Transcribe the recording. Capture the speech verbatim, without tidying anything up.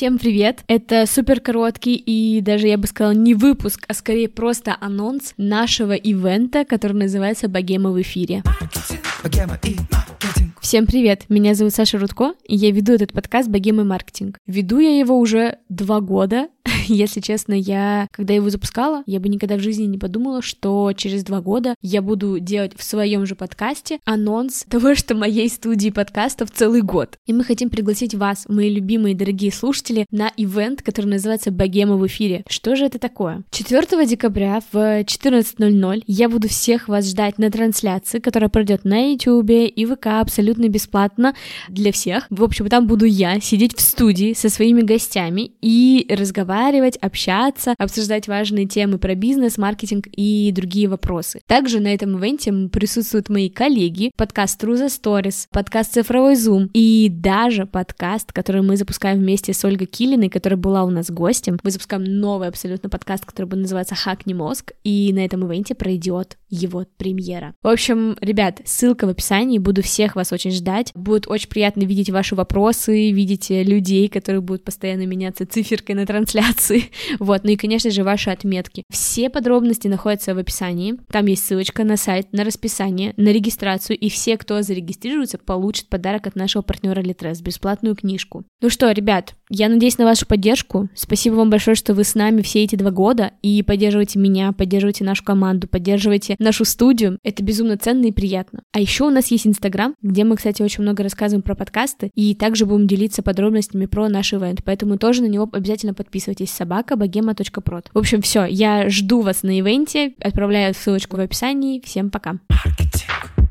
Всем привет! Это супер короткий и даже, я бы сказала, не выпуск, а скорее просто анонс нашего ивента, который называется «Богема в эфире». Всем привет! Меня зовут Саша Рудко, и я веду этот подкаст «Богема маркетинг». Веду я его уже два года. Если честно, я, когда его запускала, я бы никогда в жизни не подумала, что через два года я буду делать в своем же подкасте анонс того, что моей студии подкастов целый год. И мы хотим пригласить вас, мои любимые дорогие слушатели, на ивент, который называется «Богема в эфире». Что же это такое? четвёртого декабря в четырнадцать ноль ноль я буду всех вас ждать на трансляции, которая пройдет на Ютубе и ВК абсолютно бесплатно для всех. В общем, там буду я сидеть в студии со своими гостями и разговаривать, общаться, обсуждать важные темы про бизнес, маркетинг и другие вопросы. Также на этом ивенте присутствуют мои коллеги, подкаст True the Stories, подкаст Цифровой Zoom и даже подкаст, который мы запускаем вместе с Ольгой Килиной, которая была у нас гостем. Мы запускаем новый абсолютно подкаст, который будет называться «Хакни мозг», и на этом ивенте пройдет его премьера. В общем, ребят, ссылка в описании, буду всех вас очень ждать. Будет очень приятно видеть ваши вопросы, видеть людей, которые будут постоянно меняться циферкой на трансляции. Вот, ну и, конечно же, ваши отметки. Все подробности находятся в описании. Там есть ссылочка на сайт, на расписание, на регистрацию, и все, кто зарегистрируется, получат подарок от нашего партнера Литрес, бесплатную книжку. Ну что, ребят, я надеюсь на вашу поддержку. Спасибо вам большое, что вы с нами все эти два года и поддерживаете меня, поддерживаете нашу команду, поддерживаете нашу студию. Это безумно ценно и приятно. А еще у нас есть Инстаграм, где мы, кстати, очень много рассказываем про подкасты, и также будем делиться подробностями про наш ивент, поэтому тоже на него обязательно подписывайтесь. собака богема точка прод. В общем, все, я жду вас на ивенте, отправляю ссылочку в описании. Всем пока. Маркетинг.